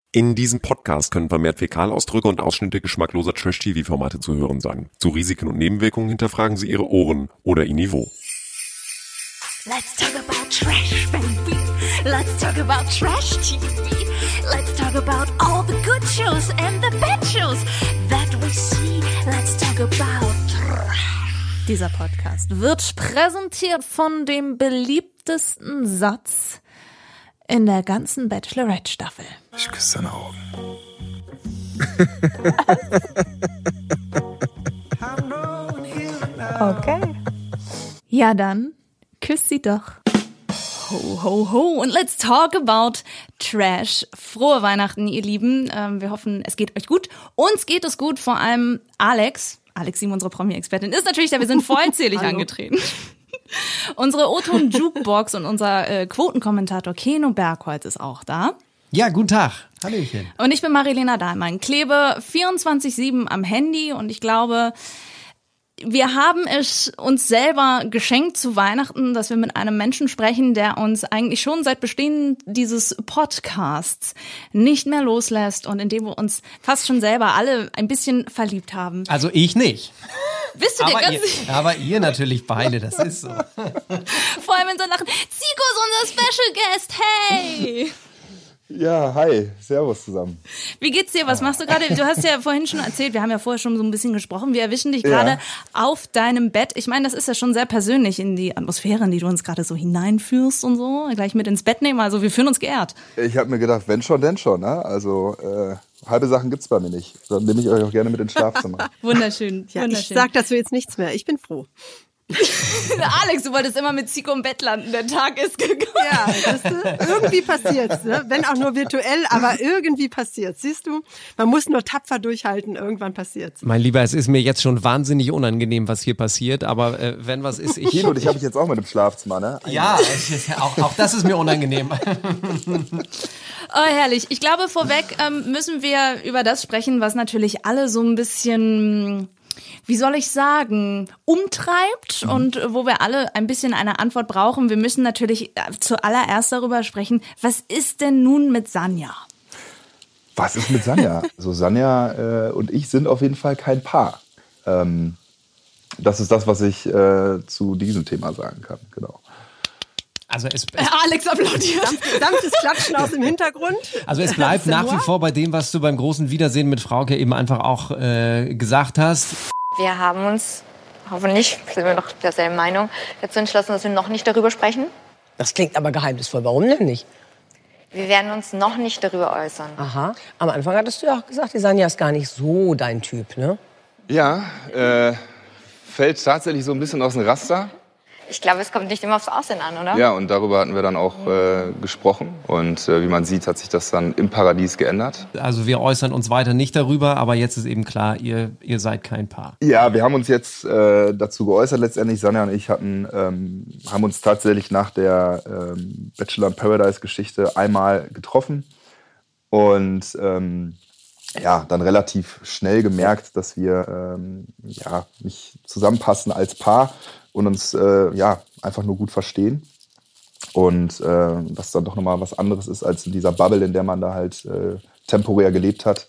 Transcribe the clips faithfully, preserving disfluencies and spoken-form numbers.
In diesem Podcast können vermehrt Fäkalausdrücke und Ausschnitte geschmackloser Trash-T V-Formate zu hören sein. Zu Risiken und Nebenwirkungen hinterfragen Sie Ihre Ohren oder Ihr Niveau. Let's talk about trash, baby. Let's talk about trash T V. Let's talk about all the good shows and the bad shows that we see. Let's talk about trash. Dieser Podcast wird präsentiert von dem beliebtesten Satz in der ganzen Bachelorette-Staffel. Ich küsse deine Augen. Okay. Ja dann, küsst sie doch. Ho, ho, ho. Und let's talk about Trash. Frohe Weihnachten, ihr Lieben. Ähm, wir hoffen, es geht euch gut. Uns geht es gut, vor allem Alex. Alex Sieben, unsere Promi-Expertin, ist natürlich da. Wir sind vollzählig angetreten. Unsere O-Ton-Jukebox und unser äh, Quotenkommentator Keno Bergholz ist auch da. Ja, guten Tag. Hallöchen. Und ich bin Marilena Dahlmann. Klebe vierundzwanzig sieben am Handy und ich glaube, wir haben es uns selber geschenkt zu Weihnachten, dass wir mit einem Menschen sprechen, der uns eigentlich schon seit Bestehen dieses Podcasts nicht mehr loslässt und in dem wir uns fast schon selber alle ein bisschen verliebt haben. Also ich nicht. Bist du dir aber ganz ihr, sicher? Aber ihr natürlich beide, das ist so. Vor allem in so Lachen. Zico ist unser Special Guest, hey! Ja, hi, servus zusammen. Wie geht's dir? Was machst du gerade? Du hast ja vorhin schon erzählt, wir haben ja vorher schon so ein bisschen gesprochen, wir erwischen dich gerade Ja. auf deinem Bett. Ich meine, das ist ja schon sehr persönlich in die Atmosphäre, in die du uns gerade so hineinführst und so. Gleich mit ins Bett nehmen, also wir fühlen uns geehrt. Ich habe mir gedacht, wenn schon, denn schon. Ne? Also äh, halbe Sachen gibt's bei mir nicht. Dann nehme ich euch auch gerne mit ins Schlafzimmer. Wunderschön, Ja, wunderschön. ich sag dazu jetzt nichts mehr. Ich bin froh. Alex, du wolltest immer mit Zico im Bett landen, der Tag ist gekommen. Ja, weißt du, irgendwie passiert's, ne? Wenn auch nur virtuell, aber irgendwie passiert's. Siehst du, man muss nur tapfer durchhalten, irgendwann passiert's. Mein Lieber, es ist mir jetzt schon wahnsinnig unangenehm, was hier passiert, aber äh, wenn was ist, ich... Kino, dich habe ich jetzt auch mit im Schlafzimmer, ne? Ja, ich, auch, auch das ist mir unangenehm. Oh, herrlich. Ich glaube, vorweg ähm, müssen wir über das sprechen, was natürlich alle so ein bisschen, wie soll ich sagen, umtreibt Mhm. und wo wir alle ein bisschen eine Antwort brauchen. Wir müssen natürlich zuallererst darüber sprechen, was ist denn nun mit Sanja? Was ist mit Sanja? So, Sanja äh, und ich sind auf jeden Fall kein Paar. Ähm, das ist das, was ich äh, zu diesem Thema sagen kann, genau. Also es, Äh, Alex applaudiert. Sanftes Klatschen aus dem Hintergrund. also es bleibt nach wie vor bei dem, was du beim großen Wiedersehen mit Frauke eben einfach auch äh, gesagt hast. Wir haben uns, hoffentlich sind wir noch derselben Meinung, dazu entschlossen, dass wir noch nicht darüber sprechen. Das klingt aber geheimnisvoll. Warum denn nicht? Wir werden uns noch nicht darüber äußern. Aha. Am Anfang hattest du ja auch gesagt, die Sanja ist gar nicht so dein Typ, ne? Ja, äh, fällt tatsächlich so ein bisschen aus dem Raster. Ich glaube, es kommt nicht immer aufs Aussehen an, oder? Ja, und darüber hatten wir dann auch äh, gesprochen. Und äh, wie man sieht, hat sich das dann im Paradies geändert. Also wir äußern uns weiter nicht darüber, aber jetzt ist eben klar, ihr, ihr seid kein Paar. Ja, wir haben uns jetzt äh, dazu geäußert letztendlich. Sanja und ich hatten, ähm, haben uns tatsächlich nach der ähm, Bachelor in Paradise-Geschichte einmal getroffen und ähm, ja, dann relativ schnell gemerkt, dass wir ähm, ja, nicht zusammenpassen als Paar und uns äh, ja, einfach nur gut verstehen. Und äh, dass dann doch nochmal was anderes ist als in dieser Bubble, in der man da halt äh, temporär gelebt hat.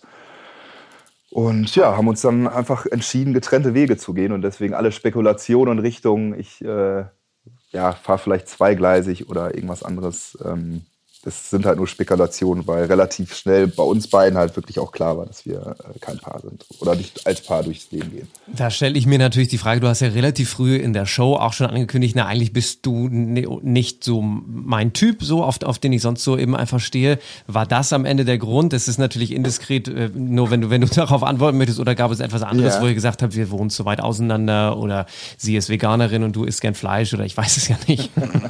Und ja, haben uns dann einfach entschieden, getrennte Wege zu gehen. Und deswegen alle Spekulationen und Richtungen, ich äh, ja, fahre vielleicht zweigleisig oder irgendwas anderes, ähm, das sind halt nur Spekulationen, weil relativ schnell bei uns beiden halt wirklich auch klar war, dass wir äh, kein Paar sind oder nicht als Paar durchs Leben gehen. Da stelle ich mir natürlich die Frage, du hast ja relativ früh in der Show auch schon angekündigt, na eigentlich bist du ne, nicht so mein Typ, so auf, auf den ich sonst so eben einfach stehe. War das am Ende der Grund? Das ist natürlich indiskret, äh, nur wenn du, wenn du darauf antworten möchtest, oder gab es etwas anderes, Ja. wo ihr gesagt habt, wir wohnen zu weit auseinander oder sie ist Veganerin und du isst gern Fleisch oder ich weiß es ja nicht.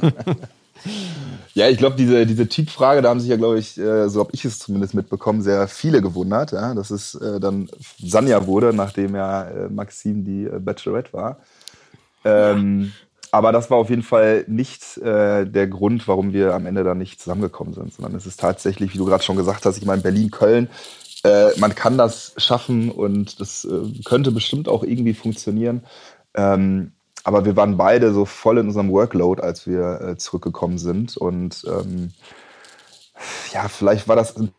Ja, ich glaube, diese, diese Typfrage, da haben sich ja, glaube ich, äh, so habe ich es zumindest mitbekommen, sehr viele gewundert, ja, dass es äh, dann Sanja wurde, nachdem ja äh, Maxim die äh, Bachelorette war. Ähm, ja. Aber das war auf jeden Fall nicht äh, der Grund, warum wir am Ende dann nicht zusammengekommen sind, sondern es ist tatsächlich, wie du gerade schon gesagt hast, ich meine, Berlin, Köln, äh, man kann das schaffen und das äh, könnte bestimmt auch irgendwie funktionieren. Ähm, Aber wir waren beide so voll in unserem Workload, als wir äh, zurückgekommen sind. Und ähm, ja, vielleicht war das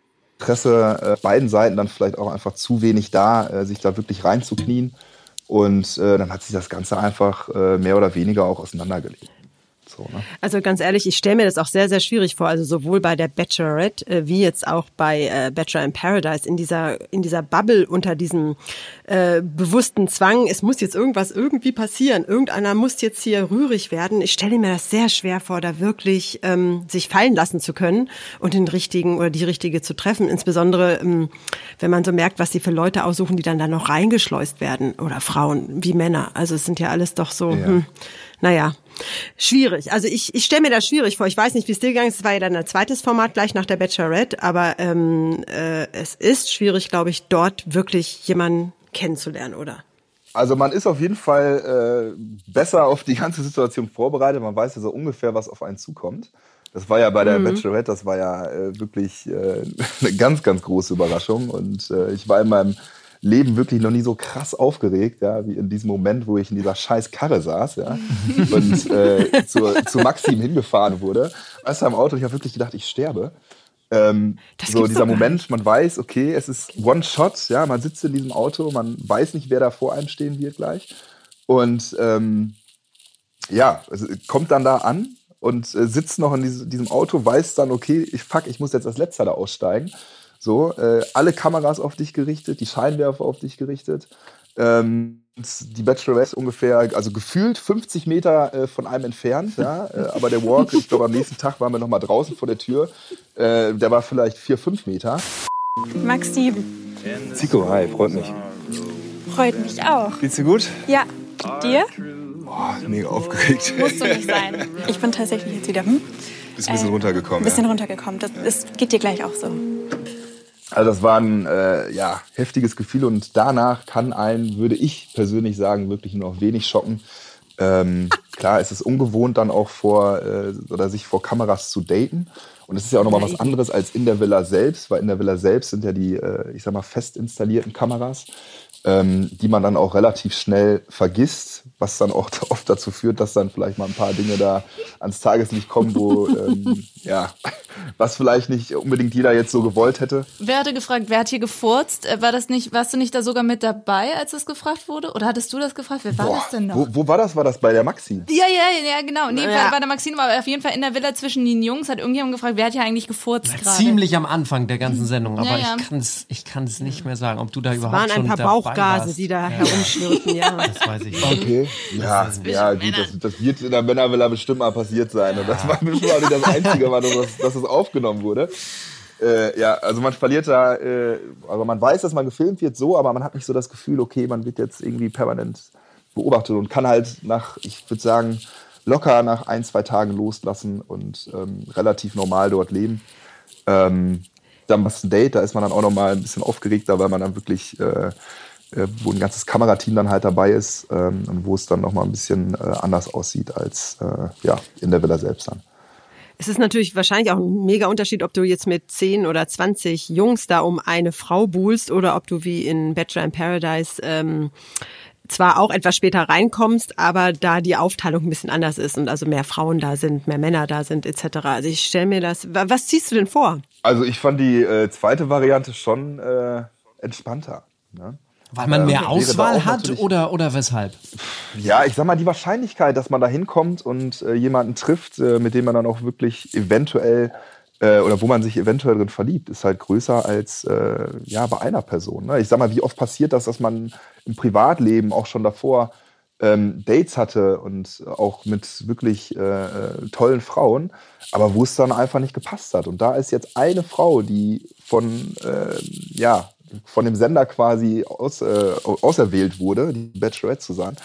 Presse, äh, beiden Seiten dann vielleicht auch einfach zu wenig da, äh, sich da wirklich reinzuknien. Und äh, dann hat sich das Ganze einfach äh, mehr oder weniger auch auseinandergelegt. So, ne? Also ganz ehrlich, ich stelle mir das auch sehr, sehr schwierig vor. Also sowohl bei der Bachelorette äh, wie jetzt auch bei äh, Bachelor in Paradise in dieser in dieser Bubble unter diesem äh, bewussten Zwang. Es muss jetzt irgendwas irgendwie passieren. Irgendeiner muss jetzt hier rührig werden. Ich stelle mir das sehr schwer vor, da wirklich ähm, sich fallen lassen zu können und den richtigen oder die richtige zu treffen. Insbesondere ähm, wenn man so merkt, was sie für Leute aussuchen, die dann da noch reingeschleust werden oder Frauen wie Männer. Also es sind ja alles doch so. Ja. Hm, naja, schwierig. Also ich, ich stelle mir das schwierig vor. Ich weiß nicht, wie es dir gegangen ist. Es war ja dann ein zweites Format gleich nach der Bachelorette. Aber ähm, äh, es ist schwierig, glaube ich, dort wirklich jemanden kennenzulernen, oder? Also man ist auf jeden Fall äh, besser auf die ganze Situation vorbereitet. Man weiß ja so ungefähr, was auf einen zukommt. Das war ja bei der mhm. Bachelorette, das war ja äh, wirklich äh, eine ganz, ganz große Überraschung. Und äh, ich war in meinem Leben wirklich noch nie so krass aufgeregt, ja, wie in diesem Moment, wo ich in dieser scheiß Karre saß, ja, und äh, zu, zu Maxim hingefahren wurde. Weißt du, am Auto, ich habe wirklich gedacht, ich sterbe. Ähm, so dieser Moment, man weiß, okay, es ist One Shot, ja, man sitzt in diesem Auto, man weiß nicht, wer da vor einem stehen wird gleich. Und ähm, ja, es kommt dann da an und äh, sitzt noch in diese, diesem Auto, weiß dann, okay, ich fuck, ich muss jetzt als Letzter da aussteigen. So, äh, alle Kameras auf dich gerichtet, die Scheinwerfer auf dich gerichtet. Ähm, die Bachelorette ist ungefähr, also gefühlt fünfzig Meter äh, von einem entfernt. Ja? Äh, aber der Walk, ich glaube, am nächsten Tag waren wir noch mal draußen vor der Tür. Äh, der war vielleicht vier, fünf Meter. Maxim. Zico, hi, freut mich. Freut mich auch. Geht's dir gut? Ja. Dir? Boah, mega aufgeregt. Musst du nicht sein. Ich bin tatsächlich jetzt wieder hm? Bist ein bisschen äh, runtergekommen. Ein bisschen ja. runtergekommen. Das, das geht dir gleich auch so. Also das war ein äh, ja, heftiges Gefühl und danach kann einen, würde ich persönlich sagen, wirklich nur noch wenig schocken. Ähm, klar, es ist ungewohnt dann auch vor äh, oder sich vor Kameras zu daten und es ist ja auch nochmal was anderes als in der Villa selbst, weil in der Villa selbst sind ja die, äh, ich sag mal, fest installierten Kameras, ähm, die man dann auch relativ schnell vergisst, was dann auch oft dazu führt, dass dann vielleicht mal ein paar Dinge da ans Tageslicht kommen, wo, ähm, ja, was vielleicht nicht unbedingt jeder jetzt so gewollt hätte. Wer hatte gefragt, wer hat hier gefurzt? War das nicht, warst du nicht da sogar mit dabei, als das gefragt wurde? Oder hattest du das gefragt? Wer war Boah, das denn noch? Wo, wo war das? War das bei der Maxim? Ja, ja, ja, genau. Nee, Ja. bei, bei der Maxim, aber auf jeden Fall in der Villa zwischen den Jungs hat irgendjemand gefragt, wer hat hier eigentlich gefurzt Na, gerade? ziemlich am Anfang der ganzen Sendung, aber Ja, ja. ich kann es ich kann's nicht mehr sagen, ob du da Es überhaupt waren schon ein paar dabei Bauchgase, warst. die da herumschwirrten, ja. Das weiß ich nicht. Okay. Ja, ja gut, das, das wird in der Männervilla bestimmt mal passiert sein. Und das war bestimmt auch nicht das einzige Mal, dass, dass es aufgenommen wurde. Äh, ja, also man verliert da, äh, also man weiß, dass man gefilmt wird, so, aber man hat nicht so das Gefühl, okay, man wird jetzt irgendwie permanent beobachtet und kann halt nach, ich würde sagen, locker nach ein, zwei Tagen loslassen und ähm, relativ normal dort leben. Ähm, dann was ein Date, da ist man dann auch nochmal ein bisschen aufgeregter, weil man dann wirklich, äh, äh, wo ein ganzes Kamerateam dann halt dabei ist ähm, und wo es dann nochmal ein bisschen äh, anders aussieht als äh, ja, in der Villa selbst dann. Es ist natürlich wahrscheinlich auch ein mega Unterschied, ob du jetzt mit zehn oder zwanzig Jungs da um eine Frau buhlst oder ob du wie in Bachelor in Paradise ähm, zwar auch etwas später reinkommst, aber da die Aufteilung ein bisschen anders ist und also mehr Frauen da sind, mehr Männer da sind et cetera. Also ich stelle mir das, was ziehst du denn vor? Also ich fand die äh, zweite Variante schon äh, entspannter. Ne? Weil man mehr Ähm, Auswahl hat natürlich- oder, oder weshalb? Ja, ich sag mal, die Wahrscheinlichkeit, dass man da hinkommt und äh, jemanden trifft, äh, mit dem man dann auch wirklich eventuell äh, oder wo man sich eventuell drin verliebt, ist halt größer als äh, ja, bei einer Person. Ne? Ich sag mal, wie oft passiert das, dass man im Privatleben auch schon davor ähm, Dates hatte und auch mit wirklich äh, äh, tollen Frauen, aber wo es dann einfach nicht gepasst hat. Und da ist jetzt eine Frau, die von, äh, ja, von dem Sender quasi aus, äh, auserwählt wurde, die Bachelorette zu sein.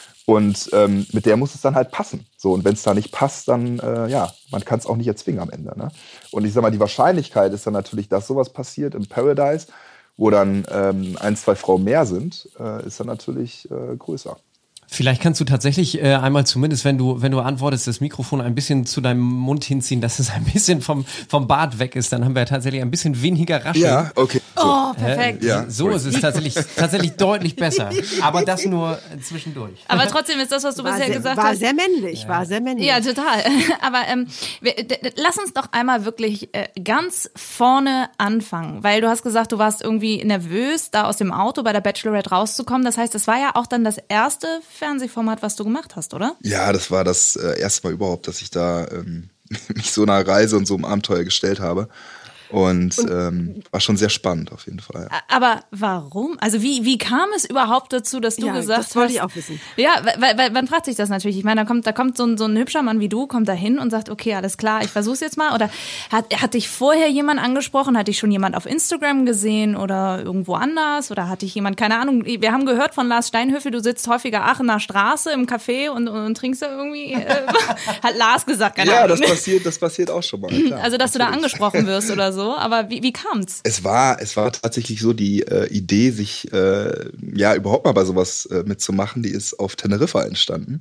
Und ähm, mit der muss es dann halt passen. So, und wenn es da nicht passt, dann, äh, ja, man kann es auch nicht erzwingen am Ende. Ne? Und ich sag mal, die Wahrscheinlichkeit ist dann natürlich, dass sowas passiert im Paradise, wo dann ähm, ein, zwei Frauen mehr sind, äh, ist dann natürlich äh, größer. Vielleicht kannst du tatsächlich äh, einmal zumindest, wenn du wenn du antwortest, das Mikrofon ein bisschen zu deinem Mund hinziehen, dass es ein bisschen vom vom Bart weg ist. Dann haben wir tatsächlich ein bisschen weniger Rascheln. Ja, okay. So. Oh, perfekt. Äh, Ja, so ist es tatsächlich tatsächlich deutlich besser. Aber das nur äh, zwischendurch. Aber trotzdem ist das, was du War bisher sehr, gesagt war hast. sehr männlich, ja. war sehr männlich. Ja, total. Aber ähm, wir, d- d- lass uns doch einmal wirklich äh, ganz vorne anfangen, weil du hast gesagt, du warst irgendwie nervös, da aus dem Auto bei der Bachelorette rauszukommen. Das heißt, das war ja auch dann das erste Fernsehformat, was du gemacht hast, oder? Ja, das war das äh, erste Mal überhaupt, dass ich da ähm, mich so einer Reise und so einem Abenteuer gestellt habe. Und, und ähm, war schon sehr spannend auf jeden Fall. Aber warum? Also wie, wie kam es überhaupt dazu, dass du ja, gesagt hast... das wollte ich auch wissen. Ja, weil, weil man fragt sich das natürlich. Ich meine, da kommt, da kommt so ein, so ein hübscher Mann wie du, kommt da hin und sagt, okay, alles klar, ich versuch's jetzt mal. Oder hat, hat dich vorher jemand angesprochen? Hat dich schon jemand auf Instagram gesehen oder irgendwo anders? Oder hat dich jemand, keine Ahnung, wir haben gehört von Lars Steinhöfel, du sitzt häufiger Aachener Straße im Café und, und, und trinkst da irgendwie... Äh, hat Lars gesagt, keine Ja, Ahnung. das passiert, das passiert auch schon mal. Klar, also, dass natürlich. du da angesprochen wirst oder so. Aber wie, wie kam's? Es war, es war tatsächlich so die äh, Idee, sich äh, ja überhaupt mal bei sowas äh, mitzumachen, die ist auf Teneriffa entstanden.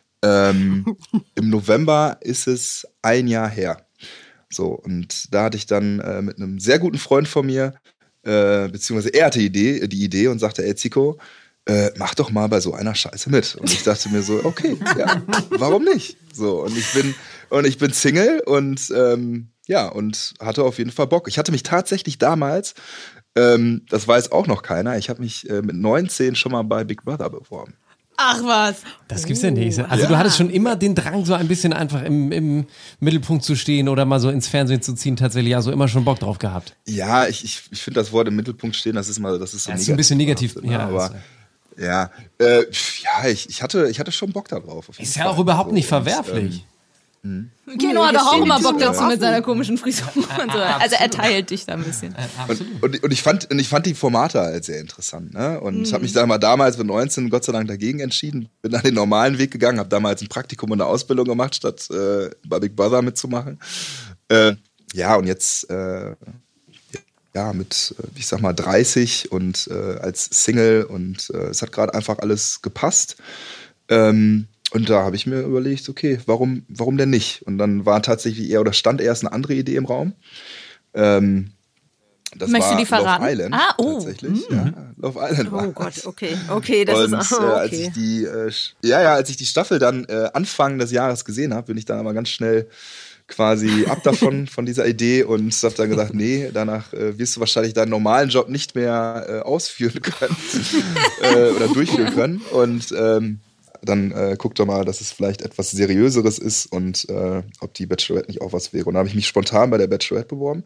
Ähm, Im November ist es ein Jahr her. So, und da hatte ich dann äh, mit einem sehr guten Freund von mir, äh, beziehungsweise er hatte die Idee, die Idee und sagte, ey Zico, äh, mach doch mal bei so einer Scheiße mit. Und ich dachte mir so, okay, ja, warum nicht? So, und ich bin, und ich bin Single und ähm, ja, und hatte auf jeden Fall Bock. Ich hatte mich tatsächlich damals, ähm, das weiß auch noch keiner, ich habe mich äh, mit neunzehn schon mal bei Big Brother beworben. Ach was. Das gibt's ja nicht. Also Ja. du hattest schon immer den Drang, so ein bisschen einfach im, im Mittelpunkt zu stehen oder mal so ins Fernsehen zu ziehen, tatsächlich. Also immer schon Bock drauf gehabt. Ja, ich, ich, ich finde das Wort im Mittelpunkt stehen, das ist mal, das ist so Das ist ein bisschen negativ. behaftet, ne? Ja, aber also. ja, äh, ja, ich, ich hatte, ich hatte schon Bock darauf. auf jeden Ist ja Fall. auch überhaupt So, nicht und, verwerflich. Ähm, hm. Keno hat doch auch immer Bock dazu offen. mit seiner komischen Frisur und so. Also er teilt dich da ein bisschen. Und, und, und, ich fand, und ich fand die Formate halt sehr interessant. Ne? Und ich habe mich dann mal damals mit neunzehn Gott sei Dank dagegen entschieden. Bin dann den normalen Weg gegangen, habe damals ein Praktikum und eine Ausbildung gemacht, statt äh, bei Big Brother mitzumachen. Äh, ja, und jetzt äh, ja, mit, ich sag mal, dreißig und äh, als Single und äh, es hat gerade einfach alles gepasst. Ähm, Und da habe ich mir überlegt, okay, warum, warum denn nicht? Und dann war tatsächlich eher, oder stand erst eine andere Idee im Raum. Ähm, das Möchtest war du die verraten? Love Island, Ah, oh. tatsächlich. Ja, Love Island war Oh Gott, okay, okay, das und, ist äh, auch als ich okay. die, äh, ja, ja, als ich die Staffel dann äh, Anfang des Jahres gesehen habe, bin ich dann aber ganz schnell quasi ab davon, von dieser Idee und habe dann gesagt, nee, danach äh, wirst du wahrscheinlich deinen normalen Job nicht mehr äh, ausführen können äh, oder durchführen können. Und ähm, dann äh, guck doch mal, dass es vielleicht etwas Seriöseres ist und äh, ob die Bachelorette nicht auch was wäre. Und da habe ich mich spontan bei der Bachelorette beworben.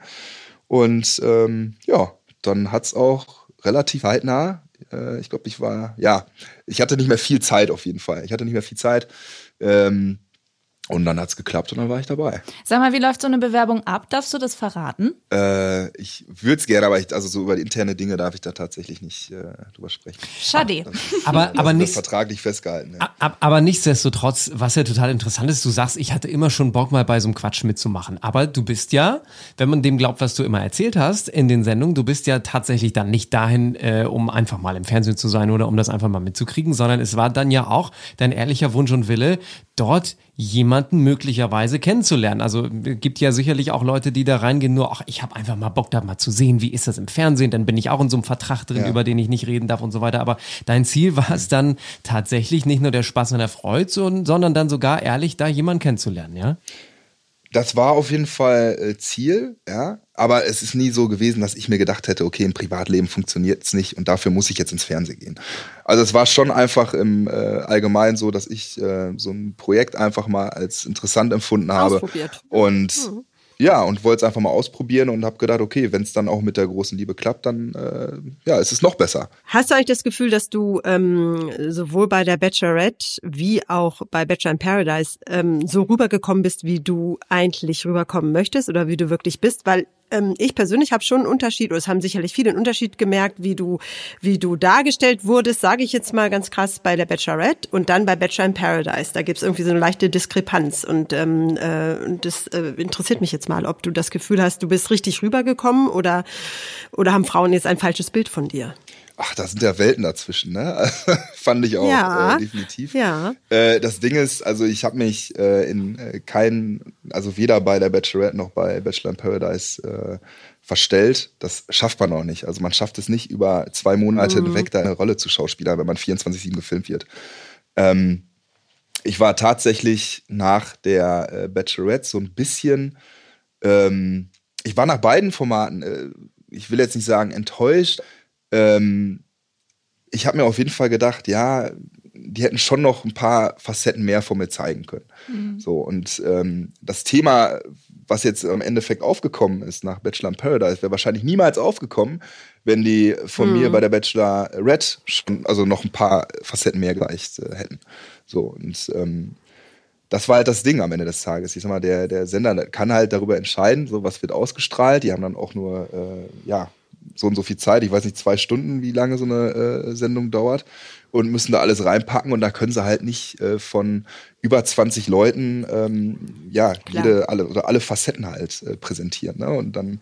Und ähm, ja, dann hat es auch relativ zeitnah, äh, ich glaube, ich war, ja, ich hatte nicht mehr viel Zeit auf jeden Fall. Ich hatte nicht mehr viel Zeit. Ähm, und dann hat es geklappt und dann war ich dabei. Sag mal, wie läuft so eine Bewerbung ab? Darfst du das verraten? Äh, ich würde es gerne, aber ich, also so über die interne Dinge darf ich da tatsächlich nicht äh, drüber sprechen. Schade. Das, Aber, das, aber das nicht. ist vertraglich festgehalten. Ja. Ab, aber nichtsdestotrotz, was ja total interessant ist, du sagst, ich hatte immer schon Bock, mal bei so einem Quatsch mitzumachen. Aber du bist ja, wenn man dem glaubt, was du immer erzählt hast in den Sendungen, du bist ja tatsächlich dann nicht dahin, äh, um einfach mal im Fernsehen zu sein oder um das einfach mal mitzukriegen, sondern es war dann ja auch dein ehrlicher Wunsch und Wille, dort jemanden möglicherweise kennenzulernen. Also gibt ja sicherlich auch Leute, die da reingehen, nur, ach, ich habe einfach mal Bock, da mal zu sehen, wie ist das im Fernsehen, dann bin ich auch in so einem Vertrag drin, Ja. über den ich nicht reden darf und so weiter. Aber dein Ziel war es dann tatsächlich nicht nur der Spaß und der Freude, sondern dann sogar ehrlich, da jemanden kennenzulernen, ja? Das war auf jeden Fall äh, Ziel, ja. Aber es ist nie so gewesen, dass ich mir gedacht hätte, okay, im Privatleben funktioniert es nicht und dafür muss ich jetzt ins Fernsehen gehen. Also es war schon einfach im äh, Allgemeinen so, dass ich äh, so ein Projekt einfach mal als interessant empfunden habe. Ausprobiert. Und Mhm. ja, und wollte es einfach mal ausprobieren und habe gedacht, okay, wenn es dann auch mit der großen Liebe klappt, dann äh, ja, ist es noch besser. Hast du eigentlich das Gefühl, dass du ähm, sowohl bei der Bachelorette wie auch bei Bachelor in Paradise ähm, so rübergekommen bist, wie du eigentlich rüberkommen möchtest oder wie du wirklich bist? Weil ähm, ich persönlich habe schon einen Unterschied, oder es haben sicherlich viele einen Unterschied gemerkt, wie du wie du dargestellt wurdest, sage ich jetzt mal ganz krass, bei der Bachelorette und dann bei Bachelor in Paradise. Da gibt's irgendwie so eine leichte Diskrepanz und ähm, äh, das äh, interessiert mich jetzt mal, ob du das Gefühl hast, du bist richtig rübergekommen oder oder haben Frauen jetzt ein falsches Bild von dir? Ach, da sind ja Welten dazwischen, ne? Fand ich auch Ja. äh, definitiv. Ja. Äh, das Ding ist, also ich habe mich äh, in äh, keinen, also weder bei der Bachelorette noch bei Bachelor in Paradise äh, verstellt. Das schafft man auch nicht. Also man schafft es nicht, über zwei Monate Mhm. hinweg da eine Rolle zu schauspielern, wenn man vierundzwanzig sieben gefilmt wird. Ähm, ich war tatsächlich nach der äh, Bachelorette so ein bisschen, ähm, ich war nach beiden Formaten, äh, ich will jetzt nicht sagen enttäuscht, ähm, ich habe mir auf jeden Fall gedacht, ja, die hätten schon noch ein paar Facetten mehr von mir zeigen können. Mhm. So, und ähm, das Thema, was jetzt im Endeffekt aufgekommen ist nach Bachelor in Paradise, wäre wahrscheinlich niemals aufgekommen, wenn die von Mhm. mir bei der Bachelorette schon, also noch ein paar Facetten mehr gereicht äh, hätten. So, und ähm, das war halt das Ding am Ende des Tages. Ich sag mal, der, der Sender kann halt darüber entscheiden, so was wird ausgestrahlt. Die haben dann auch nur, äh, ja, so und so viel Zeit, ich weiß nicht, zwei Stunden, wie lange so eine äh, Sendung dauert, und müssen da alles reinpacken, und da können sie halt nicht äh, von über zwanzig Leuten ähm, ja, Klar. jede, alle, oder alle Facetten halt äh, präsentieren. Ne? Und dann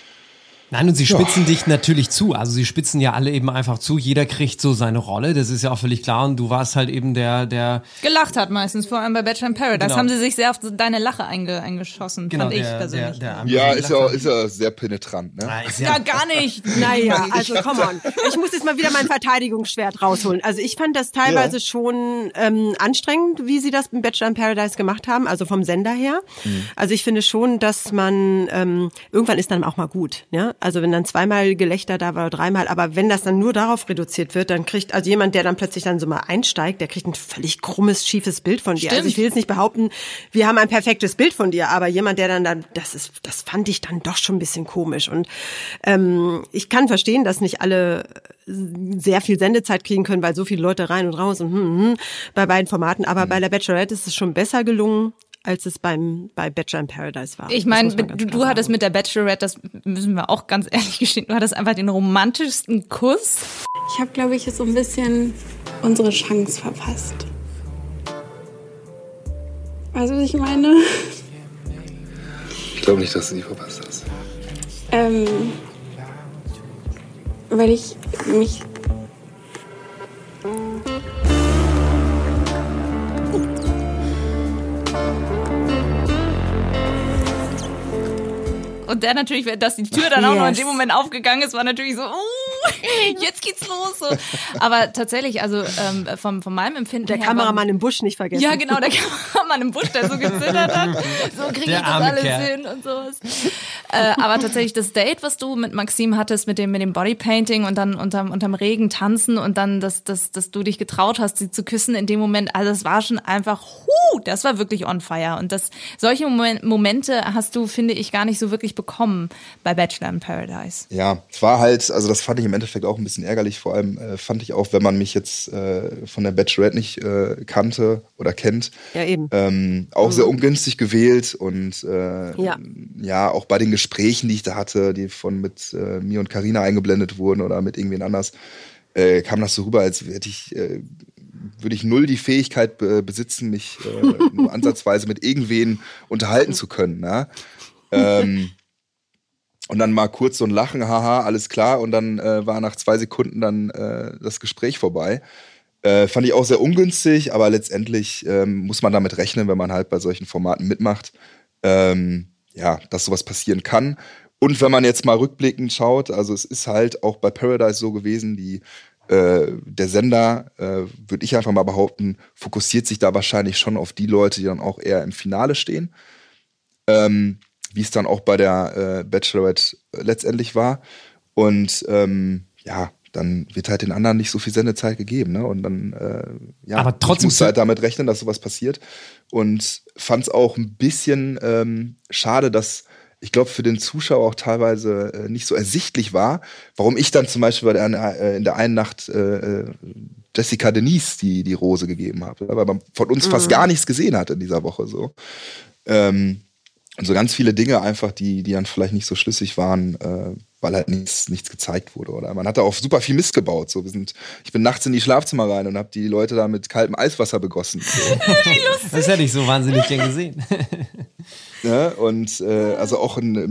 Nein, und sie Ja. spitzen dich natürlich zu. Also sie spitzen ja alle eben einfach zu. Jeder kriegt so seine Rolle. Das ist ja auch völlig klar. Und du warst halt eben der, der Gelacht hat meistens, vor allem bei Bachelor in Paradise. Genau. Haben sie sich sehr auf deine Lache einge eingeschossen, fand ich persönlich. der, der ja, ist ja, ist ja sehr penetrant. Ne? Na, ist ja, gar nicht. Naja, also come on. Ich muss jetzt mal wieder mein Verteidigungsschwert rausholen. Also ich fand das teilweise Ja. schon ähm, anstrengend, wie sie das im Bachelor in Paradise gemacht haben, also vom Sender her. Mhm. Also ich finde schon, dass man, ähm, irgendwann ist dann auch mal gut. Ja? Also wenn dann zweimal Gelächter da war oder dreimal, aber wenn das dann nur darauf reduziert wird, dann kriegt, also jemand, der dann plötzlich dann so mal einsteigt, der kriegt ein völlig krummes, schiefes Bild von dir. Stimmt. Also ich will jetzt nicht behaupten, wir haben ein perfektes Bild von dir, aber jemand, der dann, dann das ist, das fand ich dann doch schon ein bisschen komisch. Und ähm, ich kann verstehen, dass nicht alle sehr viel Sendezeit kriegen können, weil so viele Leute rein und raus und hm, hm, bei beiden Formaten. Aber bei der Bachelorette ist es schon besser gelungen, als es beim bei Bachelor in Paradise war. Ich Das meine, muss man ganz du, klar du hattest sagen. mit der Bachelorette, das müssen wir auch ganz ehrlich gestehen, du hattest einfach den romantischsten Kuss. Ich habe, glaube ich, so ein bisschen unsere Chance verpasst. Weißt du, was ich meine? Ich glaube nicht, dass du die verpasst hast. Ähm, weil ich mich Und der natürlich, dass die Tür dann auch noch in Yes. dem Moment aufgegangen ist, war natürlich so, uh, jetzt geht's los. So. Aber tatsächlich, also ähm, vom, von meinem Empfinden Der her Kameramann im Busch nicht vergessen. Ja, genau, der Kameramann im Busch, der so gezittert hat. So kriege ich Der das arme alles Kerl. hin und sowas. Äh, aber tatsächlich das Date, was du mit Maxim hattest, mit dem, mit dem Bodypainting und dann unterm, unterm Regen tanzen und dann, dass, dass, dass du dich getraut hast, sie zu küssen in dem Moment, also das war schon einfach, huh, das war wirklich on fire. Und das, solche Momen- Momente hast du, finde ich, gar nicht so wirklich bekommen bei Bachelor in Paradise. Ja, es war halt, also das fand ich im Endeffekt auch ein bisschen ärgerlich. Vor allem äh, fand ich auch, wenn man mich jetzt äh, von der Bachelorette nicht äh, kannte oder kennt, Ja, eben. ähm, auch sehr ungünstig gewählt. Und äh, Ja. ja, auch bei den Gesprächen, die ich da hatte, die von mit äh, mir und Carina eingeblendet wurden oder mit irgendwen anders, äh, kam das so rüber, als hätte ich, äh, würde ich null die Fähigkeit be besitzen, mich äh, nur ansatzweise mit irgendwen unterhalten zu können. Ne? Ähm, Und dann mal kurz so ein Lachen, haha, alles klar. Und dann äh, war nach zwei Sekunden dann äh, das Gespräch vorbei. Äh, fand ich auch sehr ungünstig, aber letztendlich ähm, muss man damit rechnen, wenn man halt bei solchen Formaten mitmacht, ähm, ja, dass sowas passieren kann. Und wenn man jetzt mal rückblickend schaut, also es ist halt auch bei Paradise so gewesen, die äh, der Sender, äh, würde ich einfach mal behaupten, fokussiert sich da wahrscheinlich schon auf die Leute, die dann auch eher im Finale stehen. Ähm, wie es dann auch bei der äh, Bachelorette letztendlich war. Und ähm, ja, dann wird halt den anderen nicht so viel Sendezeit gegeben. Ne? Und dann, äh, ja, Aber trotzdem ich musste halt damit rechnen, dass sowas passiert. Und fand es auch ein bisschen ähm, schade, dass ich glaube, für den Zuschauer auch teilweise äh, nicht so ersichtlich war, warum ich dann zum Beispiel bei der, äh, in der einen Nacht äh, Jessica Denise die, die Rose gegeben habe. Weil man von uns mhm. fast gar nichts gesehen hat in dieser Woche. So. Ähm, Und so ganz viele Dinge einfach, die, die dann vielleicht nicht so schlüssig waren, äh, weil halt nichts, nichts gezeigt wurde. Oder man hatte auch super viel Mist gebaut. So, wir sind, ich bin nachts in die Schlafzimmer rein und habe die Leute da mit kaltem Eiswasser begossen. So. Das hätte ich so wahnsinnig gern gesehen. Ja, und äh, also auch in, im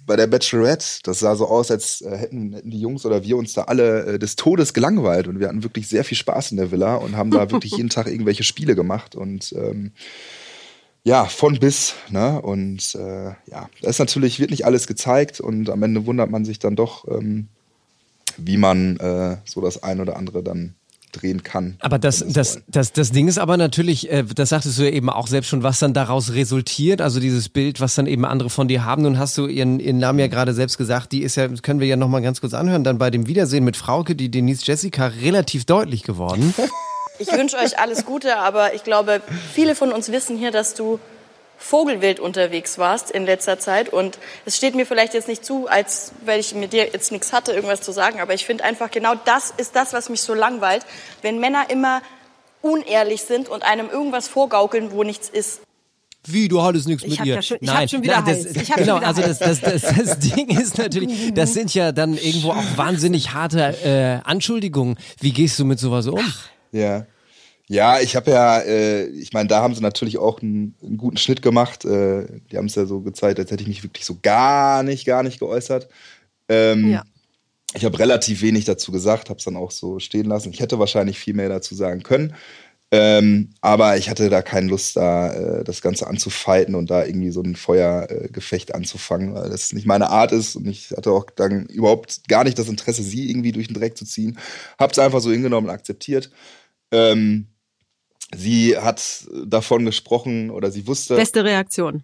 bei der Bachelorette, das sah so aus, als äh, hätten, hätten die Jungs oder wir uns da alle äh, des Todes gelangweilt. Und wir hatten wirklich sehr viel Spaß in der Villa und haben da wirklich jeden Tag irgendwelche Spiele gemacht. Und ähm, ja, von bis. Ne? Und äh, ja, das ist natürlich, wird nicht alles gezeigt. Und am Ende wundert man sich dann doch, ähm, wie man äh, so das ein oder andere dann drehen kann. Aber das, das, das, das Ding ist aber natürlich, äh, das sagtest du ja eben auch selbst schon, was dann daraus resultiert, also dieses Bild, was dann eben andere von dir haben. Nun hast du ihren, ihren Namen ja gerade selbst gesagt, die ist ja, können wir ja nochmal ganz kurz anhören, dann bei dem Wiedersehen mit Frauke, die Denise Jessica, relativ deutlich geworden. Ich wünsche euch alles Gute, aber ich glaube, viele von uns wissen hier, dass du vogelwild unterwegs warst in letzter Zeit und es steht mir vielleicht jetzt nicht zu, als weil ich mit dir jetzt nichts hatte, irgendwas zu sagen, aber ich finde einfach genau das ist das, was mich so langweilt, wenn Männer immer unehrlich sind und einem irgendwas vorgaukeln, wo nichts ist. Wie, du hattest nichts Ich mit hab ihr? ja schon- ich Nein, hab schon wieder nein, das, Hals. Ich hab genau, schon wieder also das, das, Hals. das, das Ding ist natürlich, das sind ja dann irgendwo auch wahnsinnig harte äh, Anschuldigungen. Wie gehst du mit sowas um? Ja. Ja, ich habe ja, äh, ich meine, da haben sie natürlich auch einen, einen guten Schnitt gemacht. Äh, die haben es ja so gezeigt, als hätte ich mich wirklich so gar nicht, gar nicht geäußert. Ähm, Ja. Ich habe relativ wenig dazu gesagt, habe es dann auch so stehen lassen. Ich hätte wahrscheinlich viel mehr dazu sagen können. Ähm, aber ich hatte da keine Lust, da äh, das Ganze anzufighten und da irgendwie so ein Feuergefecht anzufangen, weil das nicht meine Art ist. Und ich hatte auch dann überhaupt gar nicht das Interesse, sie irgendwie durch den Dreck zu ziehen. Hab's einfach so hingenommen und akzeptiert. Ähm, Sie hat davon gesprochen oder sie wusste. Beste Reaktion.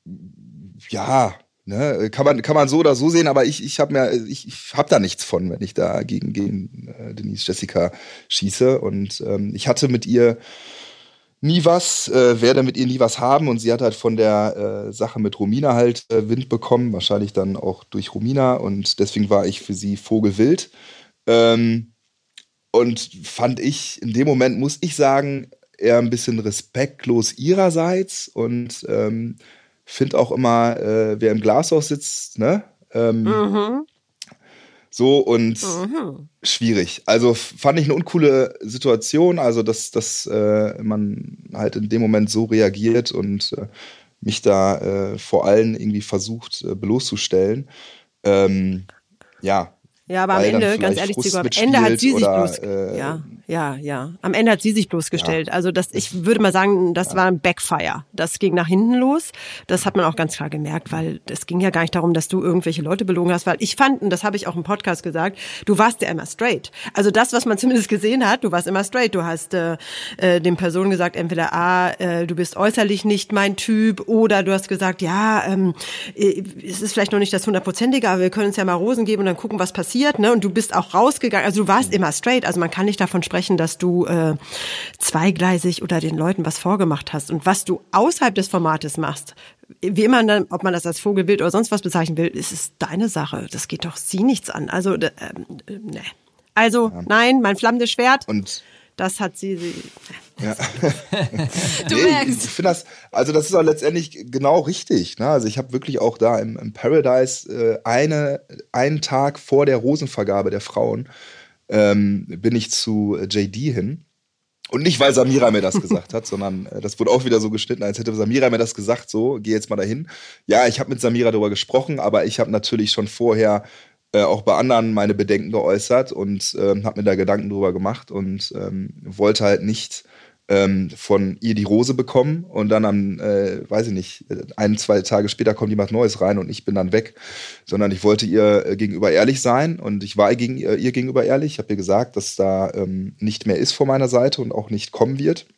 Ja, ne, kann man kann man so oder so sehen, aber ich ich habe mir ich, ich habe da nichts von, wenn ich da gegen gegen äh, Denise Jessica schieße und ähm, ich hatte mit ihr nie was, äh, werde mit ihr nie was haben und sie hat halt von der äh, Sache mit Romina halt äh, Wind bekommen, wahrscheinlich dann auch durch Romina und deswegen war ich für sie vogelwild. Ähm, und fand ich in dem Moment, muss ich sagen, eher ein bisschen respektlos ihrerseits und ähm, finde auch immer, äh, wer im Glashaus sitzt, ne? Ähm, Mhm. So und Mhm. schwierig. Also f- fand ich eine uncoole Situation, also dass, dass äh, man halt in dem Moment so reagiert und äh, mich da äh, vor allem irgendwie versucht äh, bloßzustellen. Ähm, ja. Ja, aber am weil dann Ende, ganz vielleicht ehrlich, Frust Zico, am Ende hat sie sich mitspielt bloß, oder, äh, ja, ja, ja. Am Ende hat sie sich bloßgestellt. Also das, ich würde mal sagen, das war ein Backfire. Das ging nach hinten los. Das hat man auch ganz klar gemerkt, weil es ging ja gar nicht darum, dass du irgendwelche Leute belogen hast, weil ich fand, und das habe ich auch im Podcast gesagt, du warst ja immer straight. Also das, was man zumindest gesehen hat, du warst immer straight. Du hast äh, äh, den Personen gesagt, entweder A, äh, du bist äußerlich nicht mein Typ, oder du hast gesagt, ja, ähm, äh, es ist vielleicht noch nicht das hundertprozentige, aber wir können uns ja mal Rosen geben und dann gucken, was passiert. Ne? Und du bist auch rausgegangen, also du warst immer straight, also man kann nicht davon sprechen, dass du äh, zweigleisig oder den Leuten was vorgemacht hast. Und was du außerhalb des Formates machst, wie immer, dann, ob man das als Vogelbild oder sonst was bezeichnen will, ist es deine Sache. Das geht doch sie nichts an. Also, äh, äh, ne. Also, ja. Nein, mein flammendes Schwert, und das hat sie... sie ja. Du nee, merkst. ich finde das, also das ist auch letztendlich genau richtig. Ne? Also ich habe wirklich auch da im, im Paradise äh, eine, einen Tag vor der Rosenvergabe der Frauen ähm, bin ich zu J D hin. Und nicht, weil Samira mir das gesagt hat, sondern äh, das wurde auch wieder so geschnitten, als hätte Samira mir das gesagt, so, geh jetzt mal dahin. Ja, ich habe mit Samira darüber gesprochen, aber ich habe natürlich schon vorher äh, auch bei anderen meine Bedenken geäußert und ähm, habe mir da Gedanken drüber gemacht und ähm, wollte halt nicht ähm, von ihr die Rose bekommen und dann am, äh, weiß ich nicht, ein, zwei Tage später kommt jemand Neues rein und ich bin dann weg, sondern ich wollte ihr äh, gegenüber ehrlich sein und ich war ihr, gegen, ihr, ihr gegenüber ehrlich. Ich habe ihr gesagt, dass da ähm, nicht mehr ist von meiner Seite und auch nicht kommen wird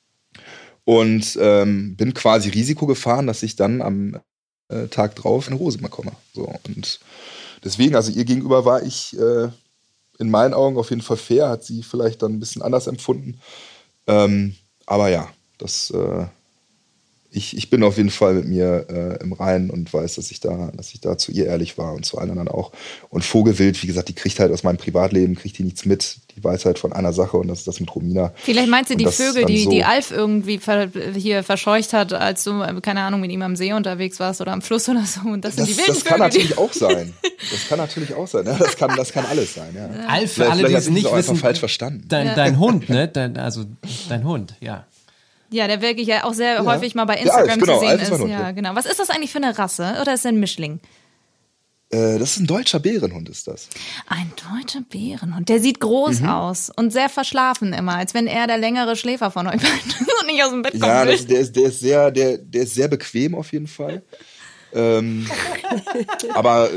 und ähm, bin quasi Risiko gefahren, dass ich dann am äh, Tag drauf eine Rose bekomme. So, und deswegen, also ihr gegenüber war ich äh, in meinen Augen auf jeden Fall fair, hat sie vielleicht dann ein bisschen anders empfunden. Ähm, aber ja, das, äh, ich, ich bin auf jeden Fall mit mir äh, im Reinen und weiß, dass ich da, dass ich da zu ihr ehrlich war und zu allen anderen auch. Und Vogelwild, wie gesagt, die kriegt halt aus meinem Privatleben, kriegt die nichts mit. Die weiß halt von einer Sache und das ist das mit Romina. Vielleicht meinst du und die das Vögel, dann die, so, die Alf irgendwie ver, hier verscheucht hat, als du, keine Ahnung, mit ihm am See unterwegs warst oder am Fluss oder so. Und das, das, sind die wilden das kann Vögel, natürlich die auch sein. Das kann natürlich auch sein. Ne? Das, kann, das kann alles sein. Ja. Alf, für Vielleicht, alle, die vielleicht es hat sie nicht auch einfach wissen, falsch verstanden. dein, Ja. dein Hund, ne? Dein, also dein Hund, ja. Ja, der wirklich ja auch sehr Ja. häufig mal bei Ja, Instagram Alf, genau, zu sehen Alf ist ist. mein Hund, Ja, ja. genau. Was ist das eigentlich für eine Rasse? Oder ist er ein Mischling? Äh, das ist ein deutscher Bärenhund, ist das. Ein deutscher Bärenhund. Der sieht groß mhm. aus und sehr verschlafen immer, als wenn er der längere Schläfer von euch beiden und nicht aus dem Bett kommt. Ja, das, der, ist, der, ist sehr, der, der ist sehr bequem auf jeden Fall. ähm, aber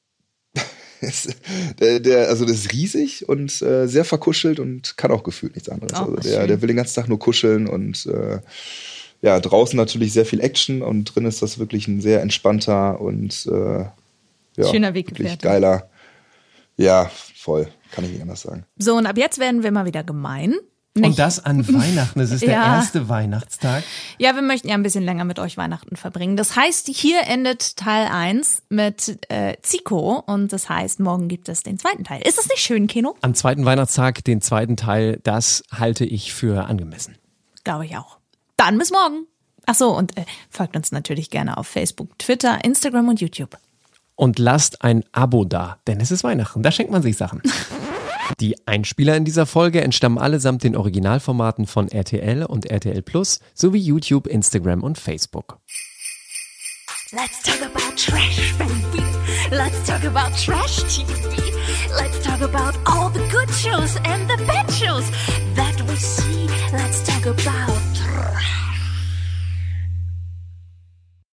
der, der, also der ist riesig und äh, sehr verkuschelt und kann auch gefühlt nichts anderes. Oh, also der, der will den ganzen Tag nur kuscheln und äh, ja, draußen natürlich sehr viel Action und drin ist das wirklich ein sehr entspannter und äh, ja, schöner Weggefährte. Geiler. Ja, voll. Kann ich nicht anders sagen. So, und ab jetzt werden wir mal wieder gemein. Nicht? Und das an Weihnachten. Das ist ja. der erste Weihnachtstag. Ja, wir möchten ja ein bisschen länger mit euch Weihnachten verbringen. Das heißt, hier endet Teil eins mit äh, Zico. Und das heißt, morgen gibt es den zweiten Teil. Ist das nicht schön, Keno? Am zweiten Weihnachtstag, den zweiten Teil, das halte ich für angemessen. Glaube ich auch. Dann bis morgen. Ach so, und äh, folgt uns natürlich gerne auf Facebook, Twitter, Instagram und YouTube. Und lasst ein Abo da, denn es ist Weihnachten, da schenkt man sich Sachen. Die Einspieler in dieser Folge entstammen allesamt den Originalformaten von R T L und R T L Plus sowie YouTube, Instagram und Facebook. Let's talk about trash, baby. Let's talk about trash T V. Let's talk about all the good shows and the bad shows